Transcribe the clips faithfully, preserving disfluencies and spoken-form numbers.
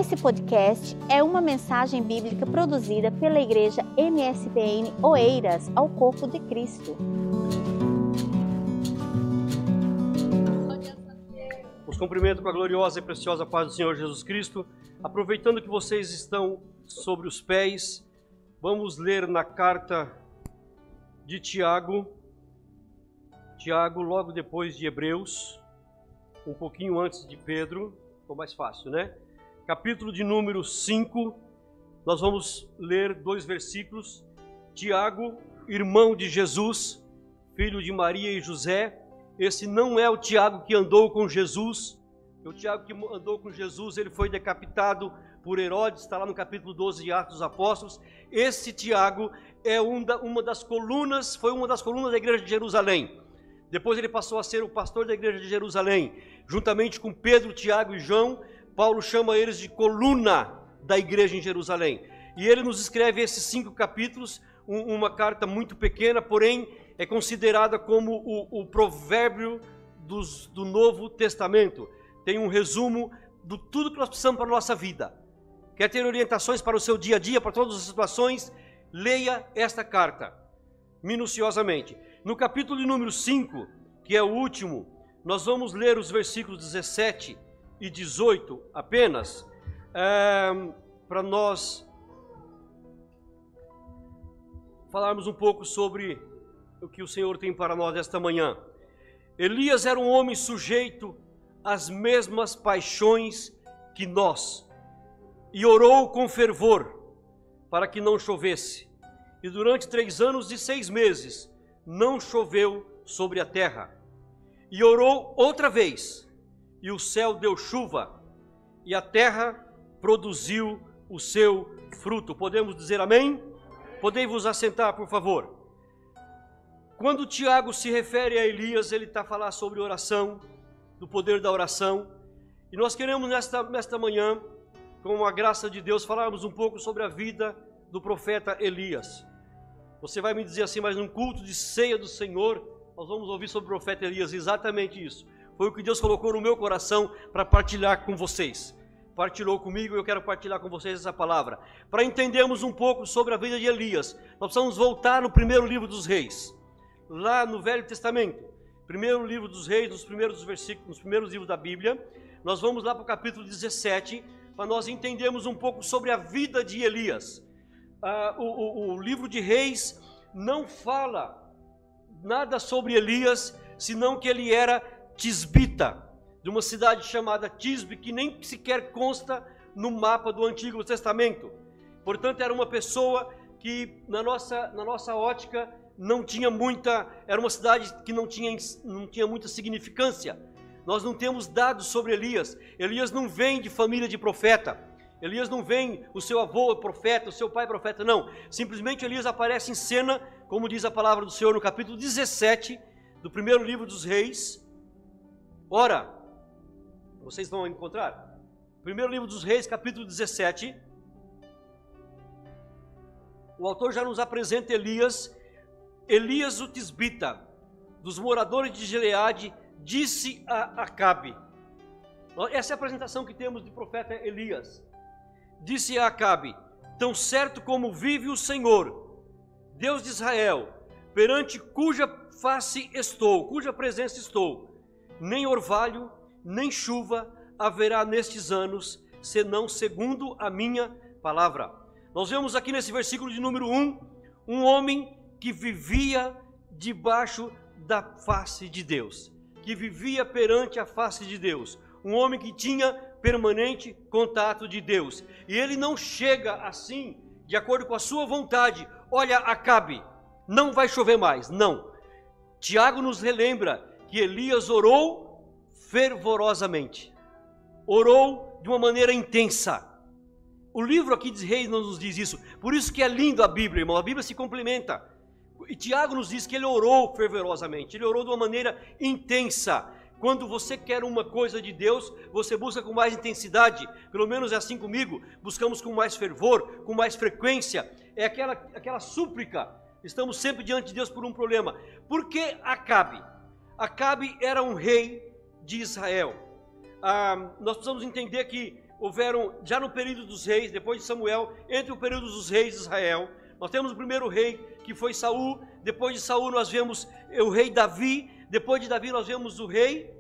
Esse podcast é uma mensagem bíblica produzida pela Igreja M S B N Oeiras ao Corpo de Cristo. Os cumprimento com a gloriosa e preciosa paz do Senhor Jesus Cristo. Aproveitando que vocês estão sobre os pés, vamos ler na carta de Tiago, Tiago logo depois de Hebreus, um pouquinho antes de Pedro, ficou mais fácil, né? Capítulo de número cinco, nós vamos ler dois versículos. Tiago, irmão de Jesus, filho de Maria e José. Esse não é o Tiago que andou com Jesus. O Tiago que andou com Jesus, ele foi decapitado por Herodes, está lá no capítulo doze de Atos dos Apóstolos. Esse Tiago é um da, uma das colunas, foi uma das colunas da igreja de Jerusalém. Depois ele passou a ser o pastor da igreja de Jerusalém, juntamente com Pedro, Tiago e João. Paulo chama eles de coluna da igreja em Jerusalém. E ele nos escreve esses cinco capítulos, um, uma carta muito pequena, porém é considerada como o, o provérbio dos, do Novo Testamento. Tem um resumo de tudo que nós precisamos para a nossa vida. Quer ter orientações para o seu dia a dia, para todas as situações? Leia esta carta, minuciosamente. No capítulo de número cinco, que é o último, nós vamos ler os versículos dezessete e dezoito apenas, é, para nós falarmos um pouco sobre o que o Senhor tem para nós esta manhã. Elias era um homem sujeito às mesmas paixões que nós, e orou com fervor para que não chovesse. E durante três anos e seis meses não choveu sobre a terra. E orou outra vez, e o céu deu chuva, e a terra produziu o seu fruto. Podemos dizer amém? Podem-vos assentar, por favor. Quando Tiago se refere a Elias, ele está a falar sobre oração, do poder da oração. E nós queremos nesta, nesta manhã, com a graça de Deus, falarmos um pouco sobre a vida do profeta Elias. Você vai me dizer assim, mas num culto de ceia do Senhor, nós vamos ouvir sobre o profeta Elias. Exatamente isso. Foi o que Deus colocou no meu coração para partilhar com vocês. Partilhou comigo e eu quero partilhar com vocês essa palavra. Para entendermos um pouco sobre a vida de Elias, nós precisamos voltar no primeiro livro dos Reis. Lá no Velho Testamento. Primeiro livro dos Reis, nos primeiros versículos, nos primeiros livros da Bíblia. Nós vamos lá para o capítulo dezessete, para nós entendermos um pouco sobre a vida de Elias. Ah, o, o, o livro de Reis não fala nada sobre Elias, senão que ele era tisbita, de uma cidade chamada Tisbe, que nem sequer consta no mapa do Antigo Testamento. Portanto, era uma pessoa que, na nossa, na nossa ótica, não tinha muita, era uma cidade que não tinha, não tinha muita significância. Nós não temos dados sobre Elias. Elias não vem de família de profeta. Elias não vem, o seu avô é profeta, o seu pai é profeta, não. Simplesmente Elias aparece em cena, como diz a palavra do Senhor no capítulo dezessete, do primeiro livro dos Reis. Ora, vocês vão encontrar? Primeiro livro dos Reis, capítulo dezessete. O autor já nos apresenta Elias. Elias o tisbita, dos moradores de Gileade, disse a Acabe. Essa é a apresentação que temos de profeta Elias. Disse a Acabe: tão certo como vive o Senhor, Deus de Israel, perante cuja face estou, cuja presença estou, nem orvalho, nem chuva haverá nestes anos, senão segundo a minha palavra. Nós vemos aqui nesse versículo de número um, um homem que vivia debaixo da face de Deus, que vivia perante a face de Deus, um homem que tinha permanente contato de Deus. E ele não chega assim, de acordo com a sua vontade: olha, Acabe, não vai chover mais. Não. Tiago nos relembra que Elias orou fervorosamente, orou de uma maneira intensa. O livro aqui de Reis não nos diz isso. Por isso que é lindo a Bíblia, irmão. A Bíblia se complementa. E Tiago nos diz que ele orou fervorosamente, ele orou de uma maneira intensa. Quando você quer uma coisa de Deus, você busca com mais intensidade. Pelo menos é assim comigo. Buscamos com mais fervor, com mais frequência. É aquela, aquela súplica. Estamos sempre diante de Deus por um problema. Por que Acabe? Acabe era um rei de Israel. Ah, nós precisamos entender que houveram, já no período dos reis, depois de Samuel, entre o período dos reis de Israel, nós temos o primeiro rei, que foi Saul. Depois de Saul nós vemos o rei Davi. Depois de Davi nós vemos o rei,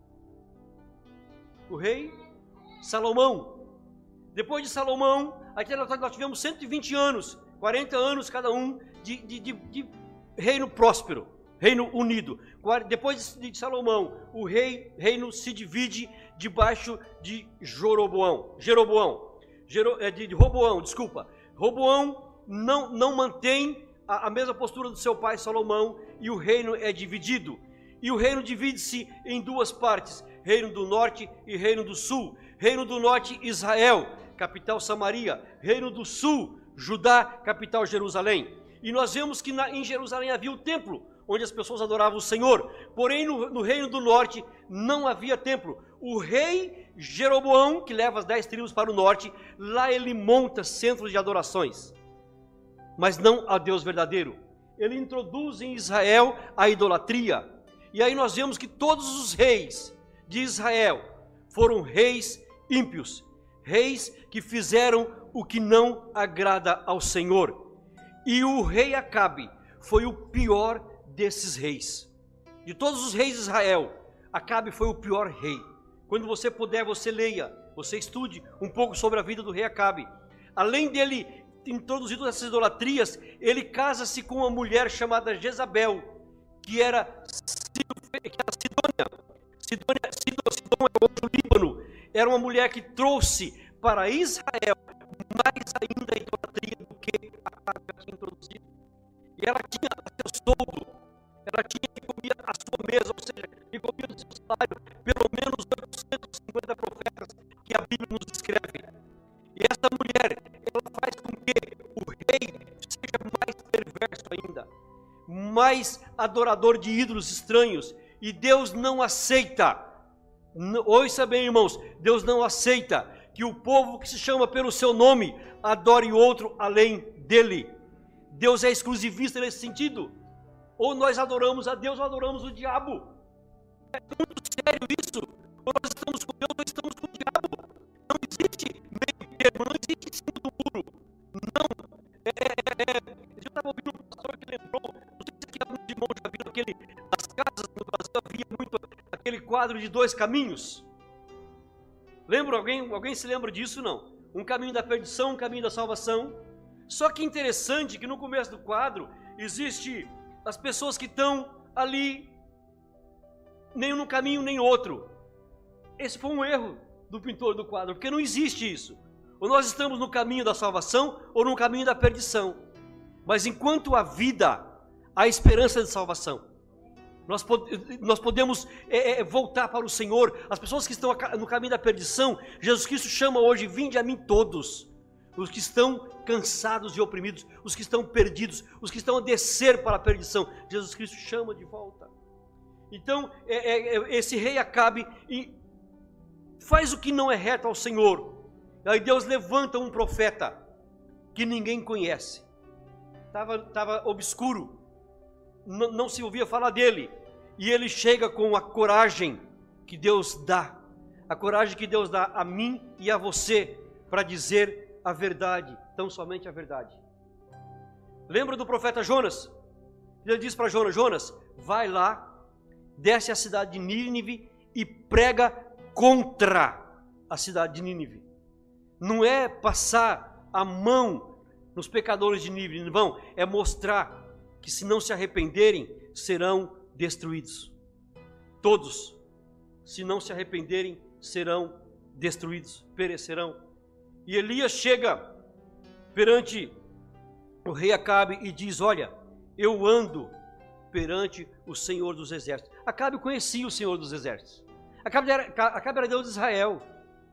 o rei Salomão. Depois de Salomão, aqui nós tivemos cento e vinte anos, quarenta anos cada um, de, de, de, de reino próspero, reino unido. Depois de Salomão, o rei, reino se divide debaixo de Jeroboão, Jeroboão, Jero, de, de Roboão, desculpa. Roboão não, não mantém a, a mesma postura do seu pai Salomão, e o reino é dividido. E o reino divide-se em duas partes, reino do norte e reino do sul. Reino do norte, Israel, capital Samaria. Reino do sul, Judá, capital Jerusalém. E nós vemos que na, em Jerusalém havia o templo, onde as pessoas adoravam o Senhor. Porém, no, no reino do norte não havia templo. O rei Jeroboão, que leva as dez tribos para o norte, lá ele monta centros de adorações, mas não a Deus verdadeiro. Ele introduz em Israel a idolatria. E aí nós vemos que todos os reis de Israel foram reis ímpios, reis que fizeram o que não agrada ao Senhor. E o rei Acabe foi o pior desses reis. De todos os reis de Israel, Acabe foi o pior rei. Quando você puder, você leia, você estude um pouco sobre a vida do rei Acabe. Além dele introduzir todas essas idolatrias, ele casa-se com uma mulher chamada Jezabel, que era, que era Sidônia. Sidônia, Sidônia é outro Líbano. Era uma mulher que trouxe para Israel mais ainda a idolatria do que Acabe tinha introduzido. E ela tinha seu soldo, ela tinha que comer a sua mesa, ou seja, que comia do seu salário, pelo menos oitocentos e cinquenta profetas que a Bíblia nos descreve. E essa mulher, ela faz com que o rei seja mais perverso ainda, mais adorador de ídolos estranhos. E Deus não aceita, ouça bem, irmãos, Deus não aceita que o povo que se chama pelo seu nome adore outro além dele. Deus é exclusivista nesse sentido. Ou nós adoramos a Deus ou adoramos o diabo. É muito sério isso. Ou nós estamos com Deus ou estamos com o diabo. Não existe meio termo, não existe em cima do muro. Não. É, é, é. Eu estava ouvindo um pastor que lembrou, não sei se aqui alguns irmãos já viram aquele, nas casas no Brasil havia muito aquele quadro de dois caminhos. Lembra alguém? Alguém se lembra disso? Não. Um caminho da perdição, um caminho da salvação. Só que interessante que no começo do quadro existe as pessoas que estão ali, nem num caminho nem outro. Esse foi um erro do pintor do quadro, porque não existe isso. Ou nós estamos no caminho da salvação ou no caminho da perdição. Mas enquanto há vida, há esperança de salvação. Nós, pod nós podemos é, é, voltar para o Senhor. As pessoas que estão no caminho da perdição, Jesus Cristo chama hoje: vinde a mim todos, os que estão cansados e oprimidos, os que estão perdidos, os que estão a descer para a perdição. Jesus Cristo chama de volta. Então, é, é, é, esse rei Acabe e faz o que não é reto ao Senhor. Aí Deus levanta um profeta que ninguém conhece. Estava tava obscuro, não, não se ouvia falar dele. E ele chega com a coragem que Deus dá, a coragem que Deus dá a mim e a você para dizer a verdade, tão somente a verdade. Lembra do profeta Jonas? Ele diz para Jonas: Jonas, vai lá, desce à cidade de Nínive e prega contra a cidade de Nínive. Não é passar a mão nos pecadores de Nínive, não, é mostrar que se não se arrependerem, serão destruídos. Todos, se não se arrependerem, serão destruídos, perecerão. E Elias chega perante o rei Acabe e diz: olha, eu ando perante o Senhor dos Exércitos. Acabe conhecia o Senhor dos Exércitos. Acabe era, Acabe era Deus de Israel.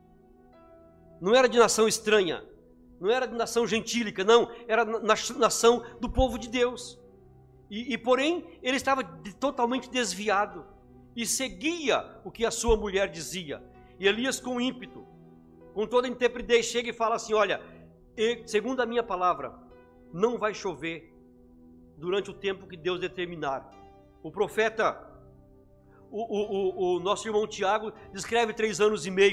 Não era de nação estranha, não era de nação gentílica, não, era na, nação do povo de Deus. E, e porém, ele estava de, totalmente desviado e seguia o que a sua mulher dizia. E Elias, com ímpeto, com toda a intrepidez, chega e fala assim: olha, segundo a minha palavra, não vai chover durante o tempo que Deus determinar. O profeta, o, o, o, o nosso irmão Tiago, descreve três anos e meio,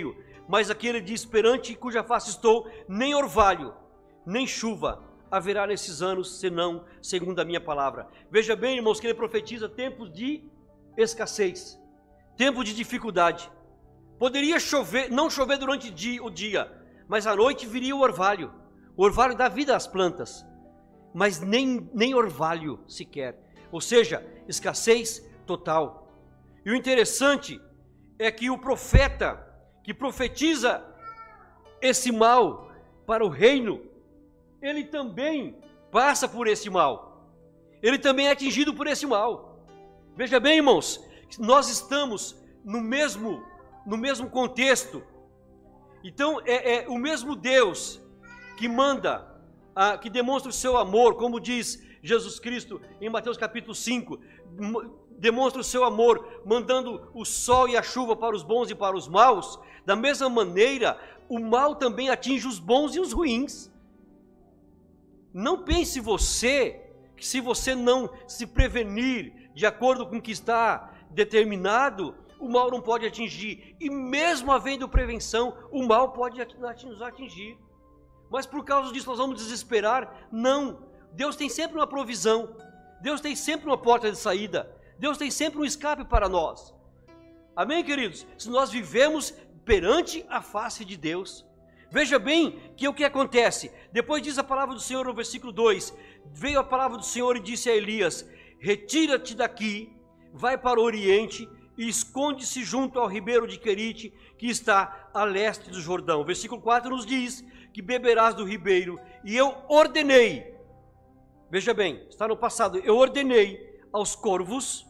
Mas aqui ele diz, perante cuja face estou, nem orvalho, nem chuva haverá nesses anos, senão segundo a minha palavra. Veja bem, irmãos, que ele profetiza tempos de escassez, tempo de dificuldade. Poderia chover, não chover durante o dia, mas à noite viria o orvalho. O orvalho dá vida às plantas, mas nem, nem orvalho sequer. Ou seja, escassez total. E o interessante é que o profeta que profetiza esse mal para o reino, ele também passa por esse mal. Ele também é atingido por esse mal. Veja bem, irmãos, nós estamos no mesmo, no mesmo contexto. Então, é, é o mesmo Deus que manda, a, que demonstra o seu amor, como diz Jesus Cristo em Mateus capítulo cinco, demonstra o seu amor, mandando o sol e a chuva para os bons e para os maus. Da mesma maneira, o mal também atinge os bons e os ruins. Não pense você que se você não se prevenir de acordo com o que está determinado, o mal não pode atingir. E mesmo havendo prevenção, o mal pode nos atingir. Mas por causa disso nós vamos desesperar? Não. Deus tem sempre uma provisão. Deus tem sempre uma porta de saída. Deus tem sempre um escape para nós. Amém, queridos? Se nós vivemos perante a face de Deus. Veja bem que o que acontece. Depois diz a palavra do Senhor no versículo dois. Veio a palavra do Senhor e disse a Elias: retira-te daqui, vai para o oriente e esconde-se junto ao ribeiro de Querite, que está a leste do Jordão. O versículo quatro nos diz que beberás do ribeiro, e eu ordenei, veja bem, está no passado, eu ordenei aos corvos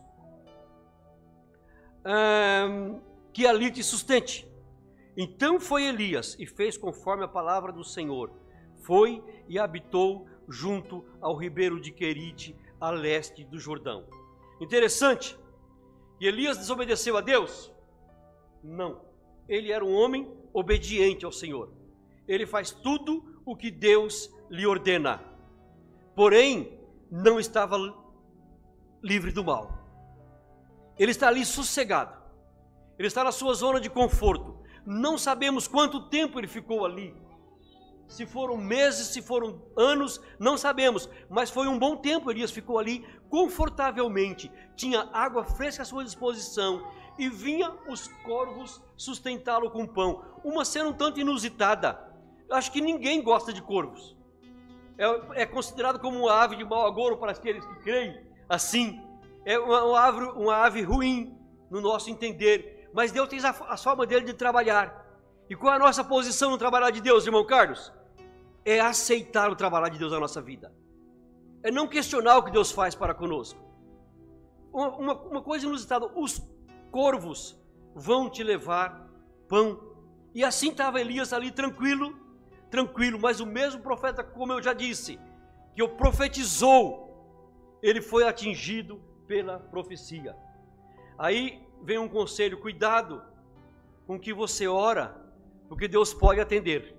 hum, que ali te sustente. Então foi Elias e fez conforme a palavra do Senhor. Foi e habitou junto ao ribeiro de Querite, a leste do Jordão. Interessante. E Elias desobedeceu a Deus? Não. Ele era um homem obediente ao Senhor. Ele faz tudo o que Deus lhe ordena. Porém, não estava livre do mal. Ele está ali sossegado. Ele está na sua zona de conforto. Não sabemos quanto tempo ele ficou ali. Se foram meses, se foram anos, não sabemos. Mas foi um bom tempo, Elias ficou ali confortavelmente. Tinha água fresca à sua disposição. E vinha os corvos sustentá-lo com pão. Uma cena um tanto inusitada. Acho que ninguém gosta de corvos. É, é considerado como uma ave de mau agouro para aqueles que creem. Assim, é uma, uma, ave, uma ave ruim no nosso entender. Mas Deus tem a, a forma dele de trabalhar. E qual é a nossa posição no trabalhar de Deus, irmão Carlos? É aceitar o trabalhar de Deus na nossa vida. É não questionar o que Deus faz para conosco. Uma, uma, uma coisa inusitada, os corvos vão te levar pão. E assim estava Elias ali tranquilo, tranquilo, mas o mesmo profeta, como eu já disse, que o profetizou, ele foi atingido pela profecia. Aí vem um conselho: cuidado com que você ora, porque Deus pode atender.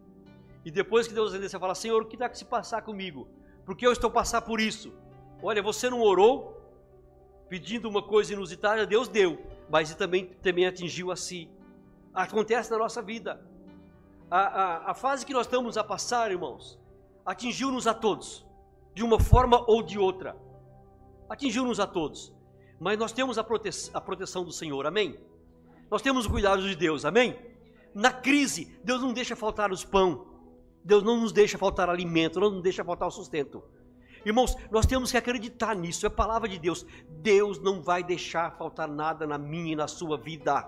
E depois que Deus atender, você fala: Senhor, o que dá que se passar comigo? Porque eu estou passando por isso. Olha, você não orou pedindo uma coisa inusitada, Deus deu, mas também, também atingiu a si. Acontece na nossa vida. A, a, a fase que nós estamos a passar, irmãos, atingiu-nos a todos, de uma forma ou de outra. Atingiu-nos a todos. Mas nós temos a, prote a proteção do Senhor, amém? Nós temos o cuidado de Deus, amém? Na crise, Deus não deixa faltar os pão. Deus não nos deixa faltar alimento, não nos deixa faltar o sustento. Irmãos, nós temos que acreditar nisso, é a palavra de Deus. Deus não vai deixar faltar nada na minha e na sua vida.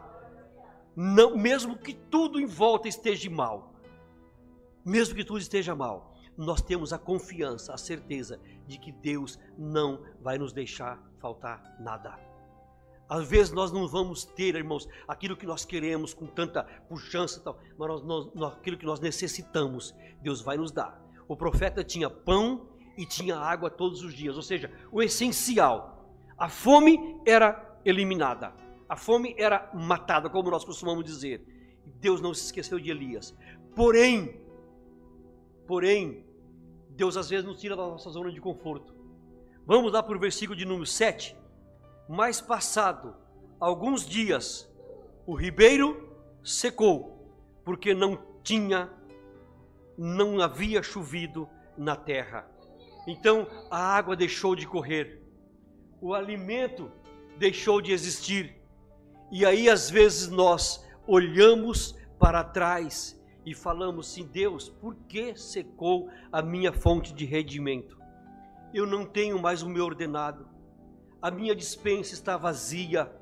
Não, mesmo que tudo em volta esteja mal. Mesmo que tudo esteja mal, nós temos a confiança, a certeza de que Deus não vai nos deixar faltar nada. Às vezes nós não vamos ter, irmãos, aquilo que nós queremos com tanta pujança e tal, mas nós, nós, nós, aquilo que nós necessitamos, Deus vai nos dar. O profeta tinha pão e tinha água todos os dias, ou seja, o essencial. A fome era eliminada, a fome era matada, como nós costumamos dizer. Deus não se esqueceu de Elias. Porém, porém, Deus às vezes nos tira da nossa zona de conforto. Vamos lá para o versículo de número sete. Mas passado alguns dias, o ribeiro secou, porque não tinha, não havia chovido na terra. Então a água deixou de correr, o alimento deixou de existir. E aí às vezes nós olhamos para trás e falamos assim: Deus, por que secou a minha fonte de rendimento? Eu não tenho mais o meu ordenado, a minha despensa está vazia.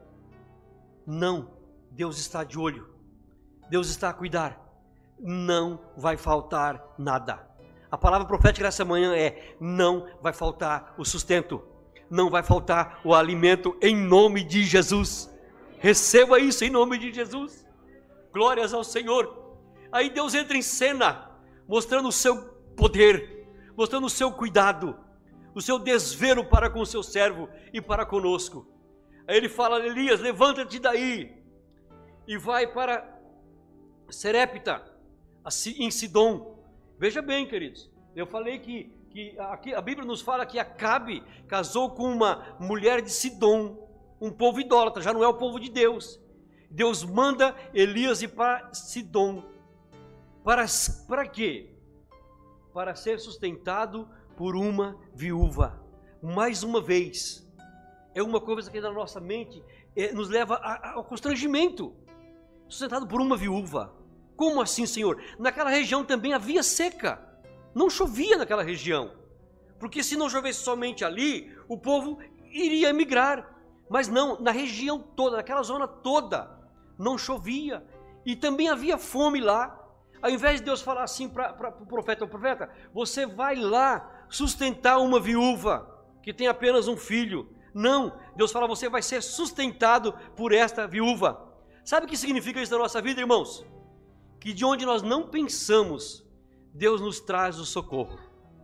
Não, Deus está de olho, Deus está a cuidar, não vai faltar nada. A palavra profética dessa manhã é: não vai faltar o sustento, não vai faltar o alimento, em nome de Jesus. Receba isso em nome de Jesus. Glórias ao Senhor. Aí Deus entra em cena, mostrando o seu poder, mostrando o seu cuidado, o seu desvelo para com o seu servo e para conosco. Aí ele fala: Elias, levanta-te daí e vai para Serepta, em Sidom. Veja bem, queridos, eu falei que, que aqui a Bíblia nos fala que Acabe casou com uma mulher de Sidom, um povo idólatra, já não é o povo de Deus. Deus manda Elias ir para Sidom. Para, para quê? Para ser sustentado por uma viúva. Mais uma vez, é uma coisa que na nossa mente é, nos leva a, a, ao constrangimento. Sustentado por uma viúva. Como assim, Senhor? Naquela região também havia seca. Não chovia naquela região. Porque se não chovesse somente ali, o povo iria emigrar. Mas não, na região toda, naquela zona toda, não chovia. E também havia fome lá. Ao invés de Deus falar assim para o profeta, o profeta, você vai lá sustentar uma viúva que tem apenas um filho. Não, Deus fala, você vai ser sustentado por esta viúva. Sabe o que significa isso na nossa vida, irmãos? Que de onde nós não pensamos, Deus nos traz o socorro.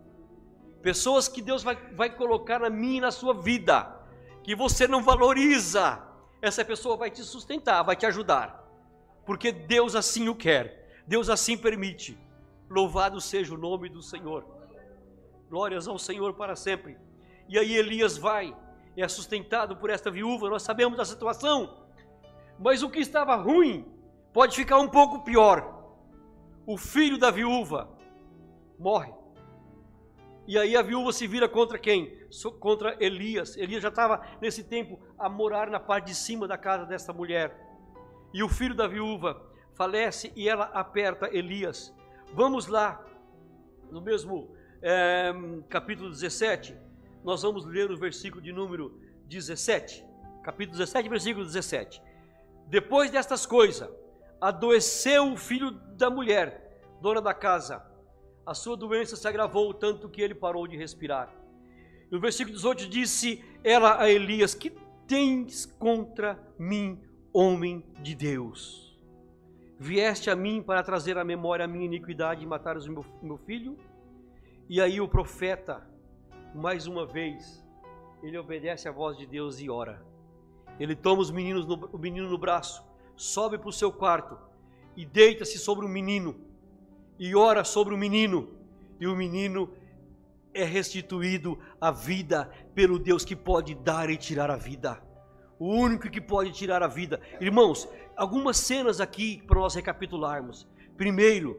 Pessoas que Deus vai, vai colocar na minha e na sua vida, que você não valoriza, essa pessoa vai te sustentar, vai te ajudar, porque Deus assim o quer, Deus assim permite. Louvado seja o nome do Senhor. Glórias ao Senhor para sempre. E aí Elias vai, é sustentado por esta viúva. Nós sabemos da situação, mas o que estava ruim pode ficar um pouco pior. O filho da viúva morre. E aí a viúva se vira contra quem? Contra Elias. Elias já estava nesse tempo a morar na parte de cima da casa dessa mulher. E o filho da viúva falece e ela aperta Elias. Vamos lá, no mesmo é, capítulo dezessete, nós vamos ler o versículo de número dezessete. Capítulo dezessete, versículo dezessete. Depois destas coisas, adoeceu o filho da mulher, dona da casa. A sua doença se agravou tanto que ele parou de respirar. No versículo dezoito disse ela a Elias: que tens contra mim, homem de Deus? Vieste a mim para trazer à memória a minha iniquidade e matar o meu, meu filho? E aí o profeta, mais uma vez, ele obedece à voz de Deus e ora. Ele toma os meninos no, o menino no braço, sobe para o seu quarto e deita-se sobre o menino e ora sobre o menino, e o menino é restituído à vida pelo Deus que pode dar e tirar a vida, o único que pode tirar a vida. Irmãos, algumas cenas aqui para nós recapitularmos. Primeiro,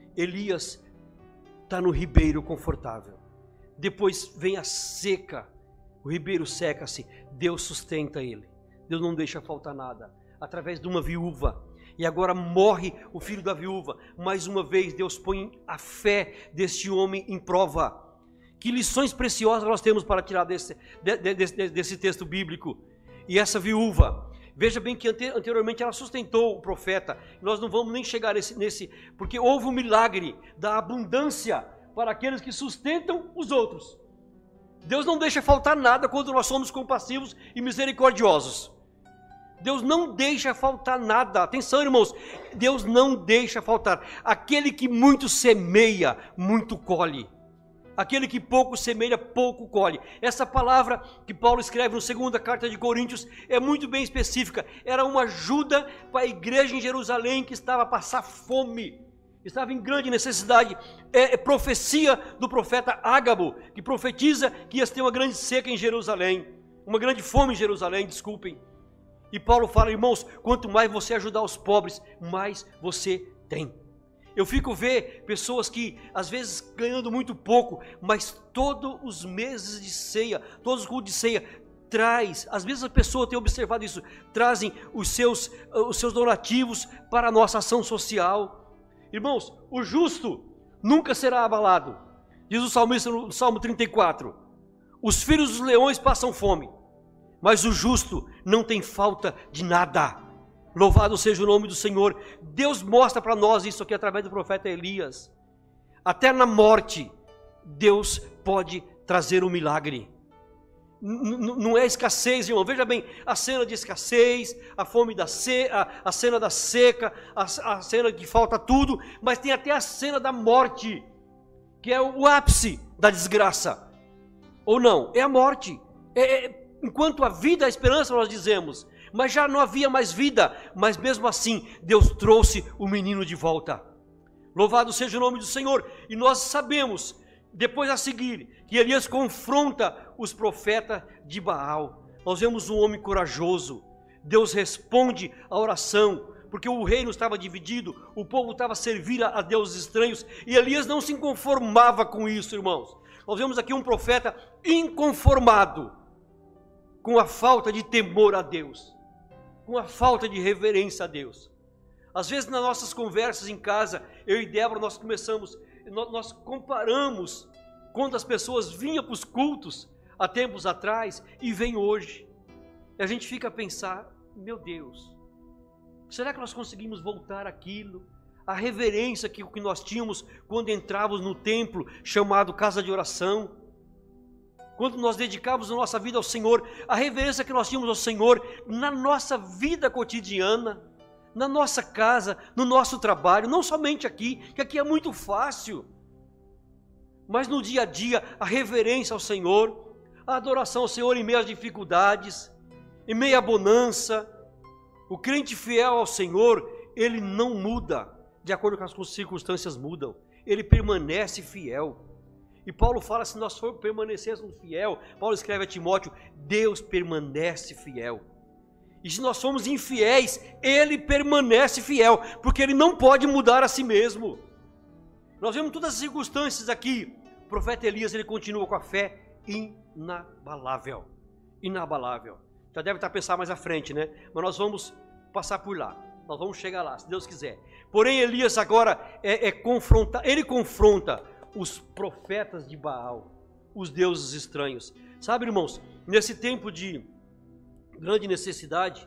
Elias está no ribeiro confortável, depois vem a seca, o ribeiro seca-se, Deus sustenta ele, Deus não deixa faltar nada, através de uma viúva. E agora morre o filho da viúva. Mais uma vez Deus põe a fé deste homem em prova. Que lições preciosas nós temos para tirar desse, de, de, de, desse texto bíblico. E essa viúva, veja bem que anteriormente ela sustentou o profeta. Nós não vamos nem chegar nesse, nesse porque houve um milagre da abundância para aqueles que sustentam os outros. Deus não deixa faltar nada quando nós somos compassivos e misericordiosos. Deus não deixa faltar nada. Atenção, irmãos, Deus não deixa faltar. Aquele que muito semeia, muito colhe. Aquele que pouco semeia, pouco colhe. Essa palavra que Paulo escreve na segunda carta de Coríntios é muito bem específica. Era uma ajuda para a igreja em Jerusalém que estava a passar fome, estava em grande necessidade. É, é profecia do profeta Ágabo, que profetiza que ia ter uma grande seca em Jerusalém, uma grande fome em Jerusalém, desculpem. E Paulo fala, irmãos, quanto mais você ajudar os pobres, mais você tem. Eu fico ver pessoas que, às vezes, ganhando muito pouco, mas todos os meses de ceia, todos os cultos de ceia, traz, às vezes a pessoa tem observado isso, trazem os seus, os seus donativos para a nossa ação social. Irmãos, o justo nunca será abalado. Diz o salmista no Salmo trinta e quatro, os filhos dos leões passam fome, mas o justo não tem falta de nada. Louvado seja o nome do Senhor. Deus mostra para nós isso aqui através do profeta Elias. Até na morte, Deus pode trazer um milagre. Não é escassez, irmão. Veja bem, a cena de escassez, a fome da seca, a cena da seca, a, a cena que falta tudo, mas tem até a cena da morte, que é o ápice da desgraça. Ou não? É a morte. É, é, enquanto a vida, a esperança, nós dizemos. Mas já não havia mais vida, mas mesmo assim, Deus trouxe o menino de volta. Louvado seja o nome do Senhor. E nós sabemos, depois a seguir, que Elias confronta os profetas de Baal. Nós vemos um homem corajoso. Deus responde à oração, porque o reino estava dividido, o povo estava a servir a deuses estranhos, e Elias não se conformava com isso, irmãos. Nós vemos aqui um profeta inconformado com a falta de temor a Deus, com a falta de reverência a Deus. Às vezes nas nossas conversas em casa, eu e Débora, nós começamos, nós comparamos quando as pessoas vinham para os cultos há tempos atrás e vêm hoje. E a gente fica a pensar, meu Deus, será que nós conseguimos voltar àquilo? A reverência que, que nós tínhamos quando entrávamos no templo chamado casa de oração, quando nós dedicávamos a nossa vida ao Senhor, a reverência que nós tínhamos ao Senhor na nossa vida cotidiana, na nossa casa, no nosso trabalho, não somente aqui, que aqui é muito fácil, mas no dia a dia, a reverência ao Senhor, a adoração ao Senhor em meio às dificuldades, em meio à bonança. O crente fiel ao Senhor, ele não muda de acordo com as circunstâncias mudam, ele permanece fiel. E Paulo fala, se nós for permanecêssemos fiel, Paulo escreve a Timóteo, Deus permanece fiel. E se nós formos infiéis, Ele permanece fiel, porque Ele não pode mudar a si mesmo. Nós vemos todas as circunstâncias aqui. O profeta Elias, ele continua com a fé inabalável. Inabalável. Já deve estar pensando mais à frente, né? Mas nós vamos passar por lá. Nós vamos chegar lá, se Deus quiser. Porém, Elias agora é, é confronta, ele confronta os profetas de Baal, os deuses estranhos. Sabe, irmãos, nesse tempo de grande necessidade,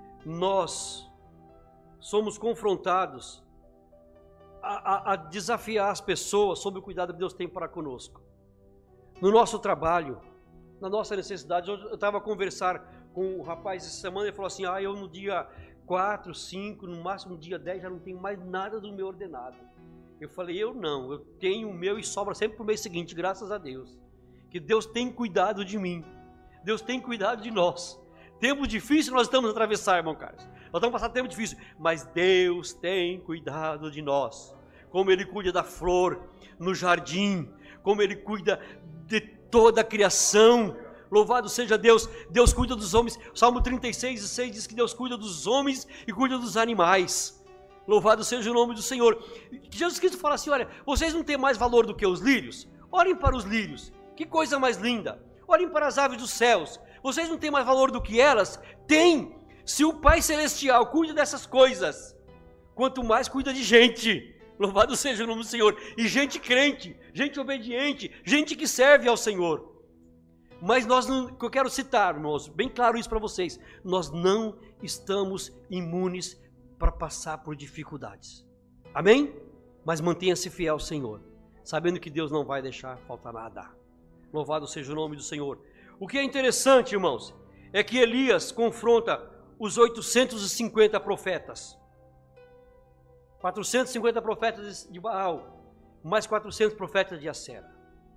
nós somos confrontados a, a, a desafiar as pessoas sobre o cuidado que Deus tem para conosco. No nosso trabalho, na nossa necessidade. Eu estava a conversar com um rapaz essa semana, ele falou assim, ah, eu no dia quatro, cinco, no máximo no dia dez, já não tenho mais nada do meu ordenado. Eu falei, eu não, eu tenho o meu e sobra sempre para o mês seguinte, graças a Deus. Que Deus tem cuidado de mim, Deus tem cuidado de nós. Tempo difícil nós estamos a atravessar, irmão Carlos. Nós estamos passando tempo difícil, mas Deus tem cuidado de nós. Como Ele cuida da flor no jardim, como Ele cuida de toda a criação. Louvado seja Deus, Deus cuida dos homens. Salmo trinta e seis, seis diz que Deus cuida dos homens e cuida dos animais. Louvado seja o nome do Senhor. Jesus Cristo fala assim, olha, vocês não têm mais valor do que os lírios? Olhem para os lírios, que coisa mais linda. Olhem para as aves dos céus, vocês não têm mais valor do que elas? Tem. Se o Pai Celestial cuida dessas coisas, quanto mais cuida de gente. Louvado seja o nome do Senhor. E gente crente, gente obediente, gente que serve ao Senhor. Mas nós não, que eu quero citar, irmãos, bem claro isso para vocês, nós não estamos imunes para passar por dificuldades. Amém? Mas mantenha-se fiel ao Senhor, sabendo que Deus não vai deixar faltar nada. Louvado seja o nome do Senhor. O que é interessante, irmãos, é que Elias confronta os oitocentos e cinquenta profetas. quatrocentos e cinquenta profetas de Baal, mais quatrocentos profetas de Acera.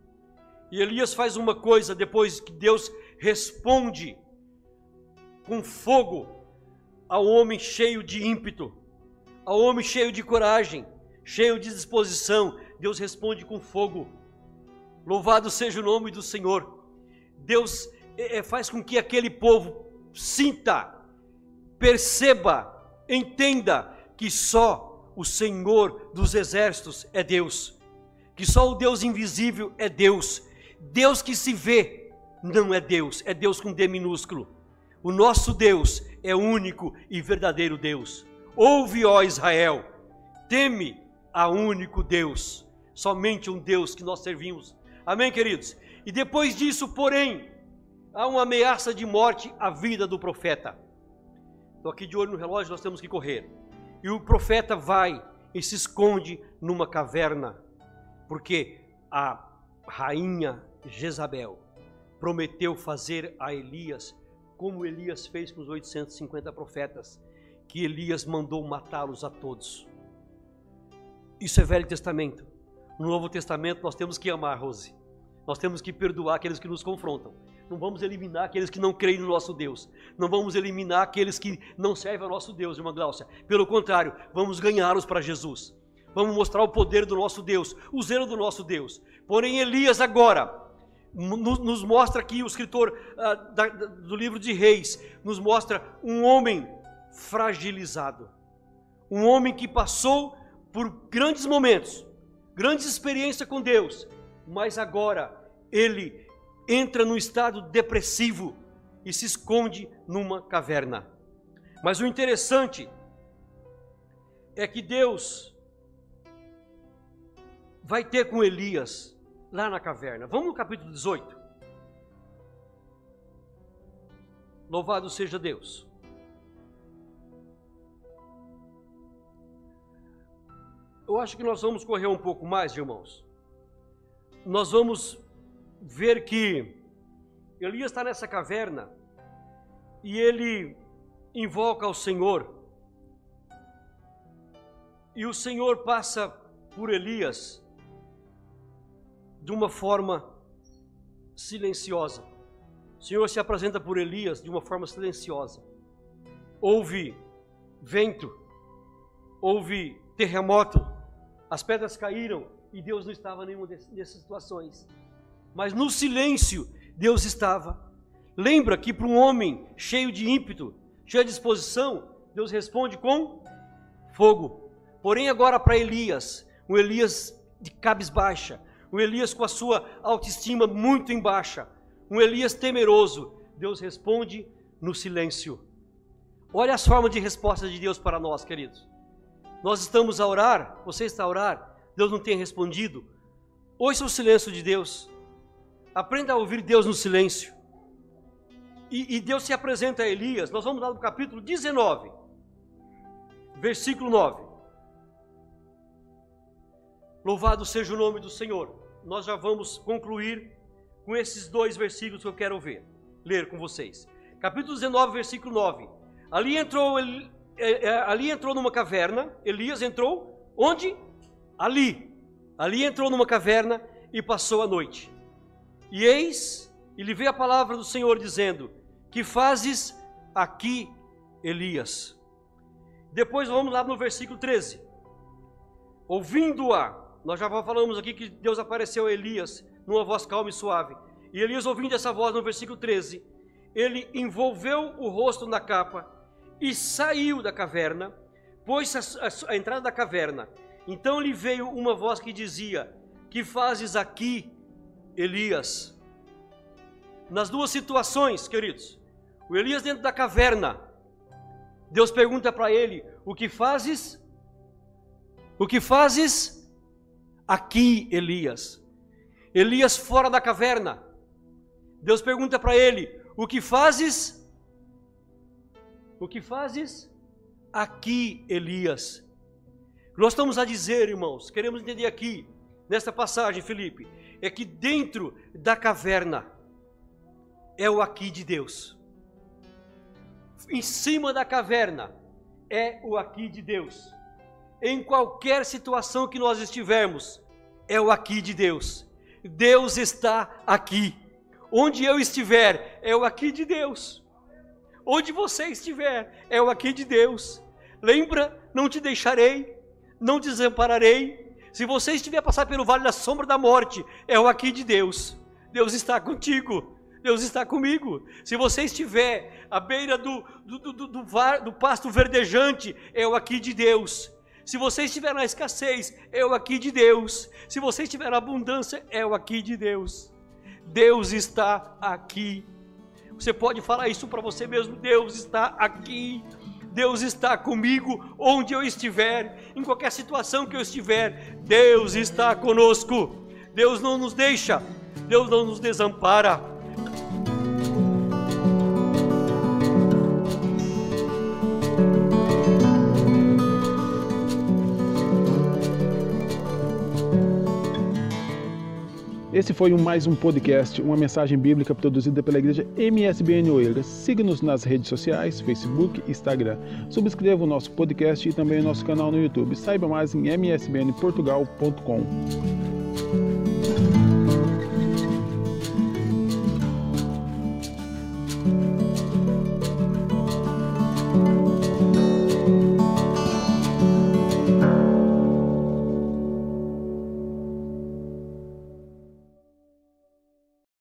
E Elias faz uma coisa depois que Deus responde com fogo ao homem cheio de ímpeto, ao homem cheio de coragem, cheio de disposição. Deus responde com fogo. Louvado seja o nome do Senhor. Deus é, faz com que aquele povo sinta, perceba, entenda que só o Senhor dos exércitos é Deus, que só o Deus invisível é Deus. Deus que se vê não é Deus, é Deus com D minúsculo. O nosso Deus é o único e verdadeiro Deus. Ouve, ó Israel, teme a único Deus, somente um Deus que nós servimos. Amém, queridos? E depois disso, porém, há uma ameaça de morte à vida do profeta. Estou aqui de olho no relógio, nós temos que correr. E o profeta vai e se esconde numa caverna, porque a rainha Jezabel prometeu fazer a Elias como Elias fez com os oitocentos e cinquenta profetas, que Elias mandou matá-los a todos. Isso é Velho Testamento. No Novo Testamento nós temos que amar, Rose. Nós temos que perdoar aqueles que nos confrontam. Não vamos eliminar aqueles que não creem no nosso Deus. Não vamos eliminar aqueles que não servem ao nosso Deus, irmã Gláucia. Pelo contrário, vamos ganhá-los para Jesus. Vamos mostrar o poder do nosso Deus, o zelo do nosso Deus. Porém, Elias agora nos mostra aqui, o escritor uh, da, do livro de Reis, nos mostra um homem fragilizado. Um homem que passou por grandes momentos, grandes experiências com Deus, mas agora ele entra num estado depressivo e se esconde numa caverna. Mas o interessante é que Deus vai ter com Elias lá na caverna. Vamos no capítulo dezoito. Louvado seja Deus. Eu acho que nós vamos correr um pouco mais, irmãos. Nós vamos ver que Elias está nessa caverna e ele invoca ao Senhor. E o Senhor passa por Elias de uma forma silenciosa. O Senhor se apresenta por Elias de uma forma silenciosa. Houve vento, houve terremoto, as pedras caíram e Deus não estava em nenhuma dessas situações. Mas no silêncio, Deus estava. Lembra que para um homem cheio de ímpeto, cheio de disposição, Deus responde com fogo. Porém agora para Elias, um Elias de cabisbaixa, um Elias com a sua autoestima muito em baixa, um Elias temeroso, Deus responde no silêncio. Olha as formas de resposta de Deus para nós, queridos. Nós estamos a orar, você está a orar, Deus não tem respondido. Ouça o silêncio de Deus. Aprenda a ouvir Deus no silêncio. E, e Deus se apresenta a Elias. Nós vamos lá no capítulo dezenove, versículo nove. Louvado seja o nome do Senhor. Nós já vamos concluir com esses dois versículos que eu quero ver, ler com vocês. Capítulo dezenove, versículo nove. Ali entrou, ali entrou numa caverna. Elias entrou onde? Ali. Ali entrou numa caverna e passou a noite. E eis, e lhe veio a palavra do Senhor dizendo: que fazes aqui, Elias? Depois vamos lá no versículo treze. Ouvindo-a, nós já falamos aqui que Deus apareceu a Elias numa voz calma e suave. E Elias, ouvindo essa voz no versículo treze, ele envolveu o rosto na capa e saiu da caverna, pôs a, a, a entrada da caverna. Então lhe veio uma voz que dizia: que fazes aqui, Elias? Nas duas situações, queridos, o Elias dentro da caverna, Deus pergunta para ele: o que fazes? O que fazes aqui, Elias? Elias fora da caverna, Deus pergunta para ele: o que fazes? O que fazes aqui, Elias? Nós estamos a dizer, irmãos, queremos entender aqui, nesta passagem, Felipe, é que dentro da caverna é o aqui de Deus. Em cima da caverna é o aqui de Deus. Em qualquer situação que nós estivermos, é o aqui de Deus. Deus está aqui. Onde eu estiver, é o aqui de Deus. Onde você estiver, é o aqui de Deus. Lembra, não te deixarei, não te desampararei. Se você estiver a passar pelo vale da sombra da morte, é o aqui de Deus. Deus está contigo, Deus está comigo. Se você estiver à beira do, do, do, do, do, do pasto verdejante, é o aqui de Deus. Se você estiver na escassez, é o aqui de Deus. Se você estiver na abundância, é o aqui de Deus. Deus está aqui. Você pode falar isso para você mesmo: Deus está aqui. Deus está comigo onde eu estiver, em qualquer situação que eu estiver. Deus está conosco. Deus não nos deixa. Deus não nos desampara. Esse foi mais um podcast, uma mensagem bíblica produzida pela igreja M S B N Oeiras. Siga-nos nas redes sociais, Facebook e Instagram. Subscreva o nosso podcast e também o nosso canal no YouTube. Saiba mais em m s b n portugal ponto com.